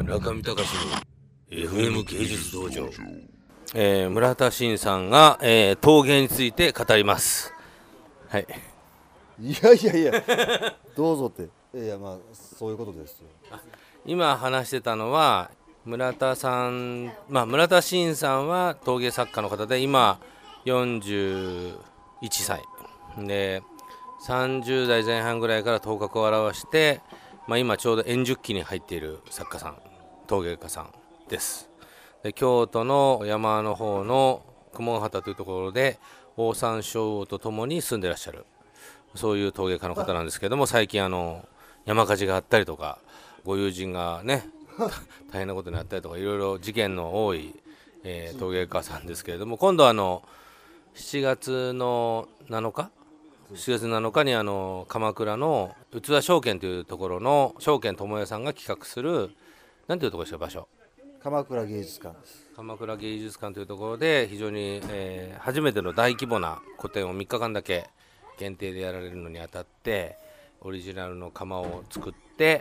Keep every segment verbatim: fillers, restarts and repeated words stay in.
村上隆の エフエム 芸術道場、えー、村田真さんが、えー、陶芸について語ります。はい。 いやいやいやどうぞって。いやまあそういうことですよ。 今話してたのは村田さん、まあ、村田真さんは陶芸作家の方で今よんじゅういっさいで、さんじゅうだいぜん半ぐらいから頭角を現して、まあ、今ちょうど円熟期に入っている作家さん、陶芸家さんです。で京都の山の方の雲畑というところでオオサンショウウオとともに住んでいらっしゃる、そういう陶芸家の方なんですけども、最近あの山火事があったりとか、ご友人がね大変なことになったりとか、いろいろ事件の多い、えー、陶芸家さんですけれども、今度あのしちがつのなのかしちがつなのかにあの鎌倉の器証券というところの証券智也さんが企画する、なんていうところですか、場所。 鎌倉芸術館です。 鎌倉芸術館というところで非常に、えー、初めての大規模な個展をみっかかんだけ限定でやられるのにあたって、オリジナルの窯を作って、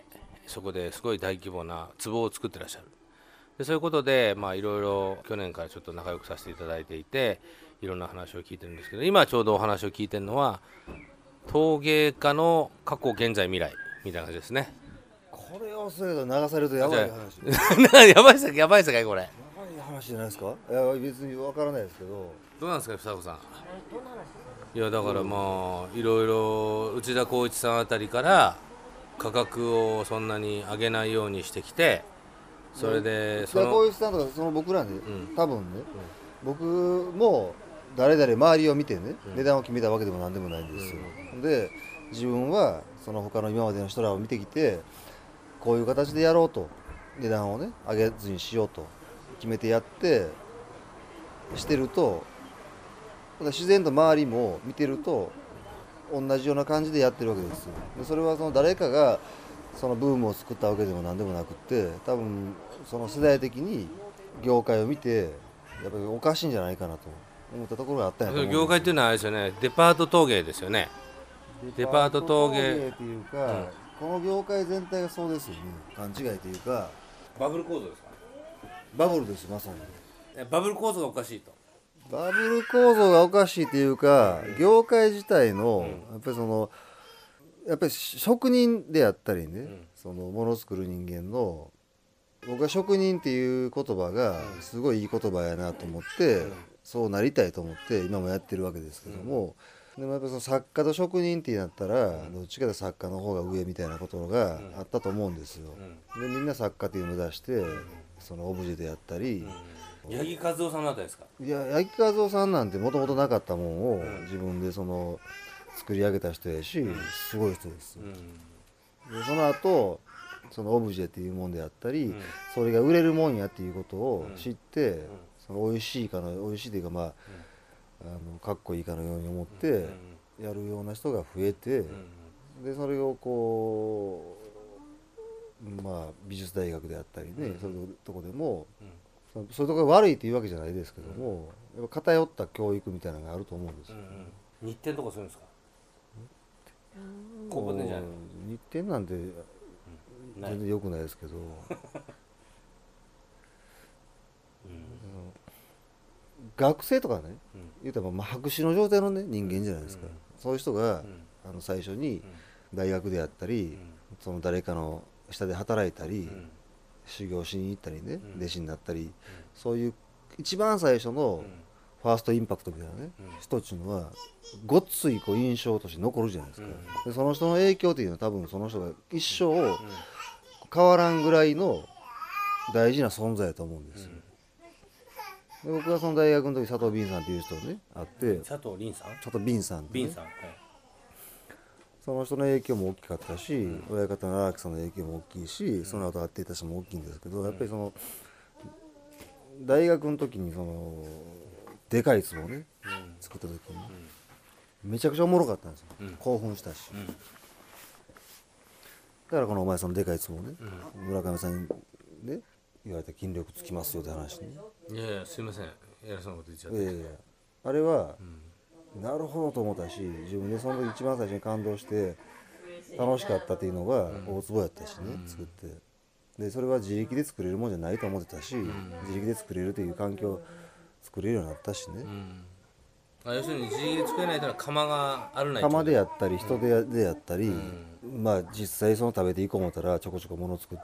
そこですごい大規模な壺を作ってらっしゃる。でそういうことでまあいろいろ去年からちょっと仲良くさせていただいていて、いろんな話を聞いてるんですけど、今ちょうどお話を聞いてるのは陶芸家の過去現在未来みたいな感じですね。 これをそれが流されるとやばい話やばいっすか、やばいっすかこれ。 やばい話じゃないですか。いや別にわからないですけど。 どうなんですか房子さん。いやだからまあいろいろ内田光一さんあたりから価格をそんなに上げないようにしてきて、それでその内田光一さんとかその僕らね、うん、多分ね、うん、僕も誰々周りを見てね、うん、値段を決めたわけでも何でもないんですよ、うん、で自分はその他の今までの人らを見てきて、こういう形でやろうと、値段をね上げずにしようと決めてやってしてると、自然と周りも見てると同じような感じでやってるわけですよ。でそれはその誰かがそのブームを作ったわけでも何でもなくって、多分その世代的に業界を見てやっぱりおかしいんじゃないかなと思ったところがあったんやと思うんですよ。 業界っていうのはあれですよね、デパート陶芸ですよね。デパート陶芸っていうか、うん、この業界全体がそうですよね。勘違いというかバブル構造ですか。 バブルです、まさに。 バブル構造がおかしいと。 バブル構造がおかしいというか、うん、業界自体の、うん、やっぱりそのやっぱり職人であったりね、うん、そのものを作る人間の、僕は職人っていう言葉がすごいいい言葉やなと思って、うん、そうなりたいと思って今もやってるわけですけども、うん、でもやっぱりその作家と職人ってなったら、うん、どっちかで作家の方が上みたいなことがあったと思うんですよ、うん、でみんな作家っていうのを目指して、うん、そのオブジェでやったり、 うん、八木和夫さんのあたりですか。 いや八木和夫さんなんてもともとなかったもんを自分でその作り上げた人やし、うん、すごい人です、うん、でその後そのオブジェっていうもんであったり、うん、それが売れるもんやっていうことを知って、うん、その美味しいかの美味しいというか、まあ、うん、あのかっこいいかのように思ってやるような人が増えて、うん、でそれをこう、まあ、美術大学であったりね、うん、そういうとこでも、うん、そういうとこが悪いっていうわけじゃないですけども、やっぱ偏った教育みたいなのがあると思うんですよ、ね、 うんうん、日展とかするんですか。高校でじゃない。 日展なんて全然良くないですけど、うん、学生とかね、うん、言うたらまあ白紙の状態の、ね、人間じゃないですか、うん、そういう人が、うん、あの最初に大学であったり、うん、その誰かの下で働いたり、うん、修行しに行ったりね、うん、弟子になったり、うん、そういう一番最初のファーストインパクトみたいなね、うん、人っていうのはごっついこう印象として残るじゃないですか、うん、でその人の影響っていうのは多分その人が一生、うん変わらんぐらいの大事な存在だと思うんですよ、うん、で僕はその大学の時佐藤敏さんっていう人ね会って佐藤凛さん佐藤敏さんって、ね、 敏さん、はい、 その人の影響も大きかったし、うん、親方の荒木さんの影響も大きいし、うん、その後会っていた人も大きいんですけど、うん、やっぱりその大学の時にそのでかい壺をね、うん、作った時に、うん、めちゃくちゃおもろかったんですよ、うん、興奮したし、うんだからこのお前さんのでかい壺をね、うん、村上さんにね言われた筋力つきますよって話ね。 いやいやすいません、偉そうなこと言っちゃって。いやいやあれは、うん、なるほどと思ったし、自分でその時一番最初に感動して楽しかったっていうのが大壺やったしね、うん、作って。 でそれは自力で作れるもんじゃないと思ってたし、自力で作れるという環境を作れるようになったしね、 あ、要するに自力で作れないというのは窯があるない窯でやったり人でや,、でやったり、まあ実際その食べていこう思ったらちょこちょこ物を作って、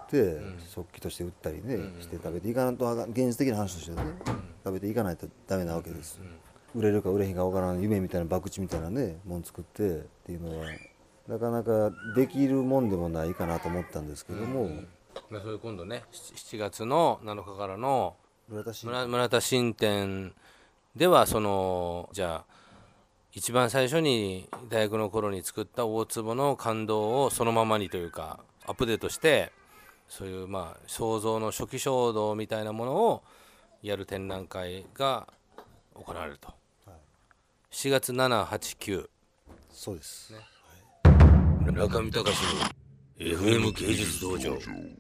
食器として売ったりね、して食べていかないとあかん、現実的な話としてね、食べていかないとダメなわけです、売れるか売れへんか分からん夢みたいな博打みたいなねもん作ってっていうのはなかなかできるもんでもないかなと思ったんですけども、うんまあ、それ今度ねしちがつのなのかからの村田新村村田新店ではそのじゃあ一番最初に大学の頃に作った大坪の感動をそのままにというかアップデートしてそういうまあ創造の初期衝動みたいなものをやる展覧会が行われると、はい、しちがつなな、はち、きゅうそうです、ね、 はい、中見隆の エフエム 芸術道場。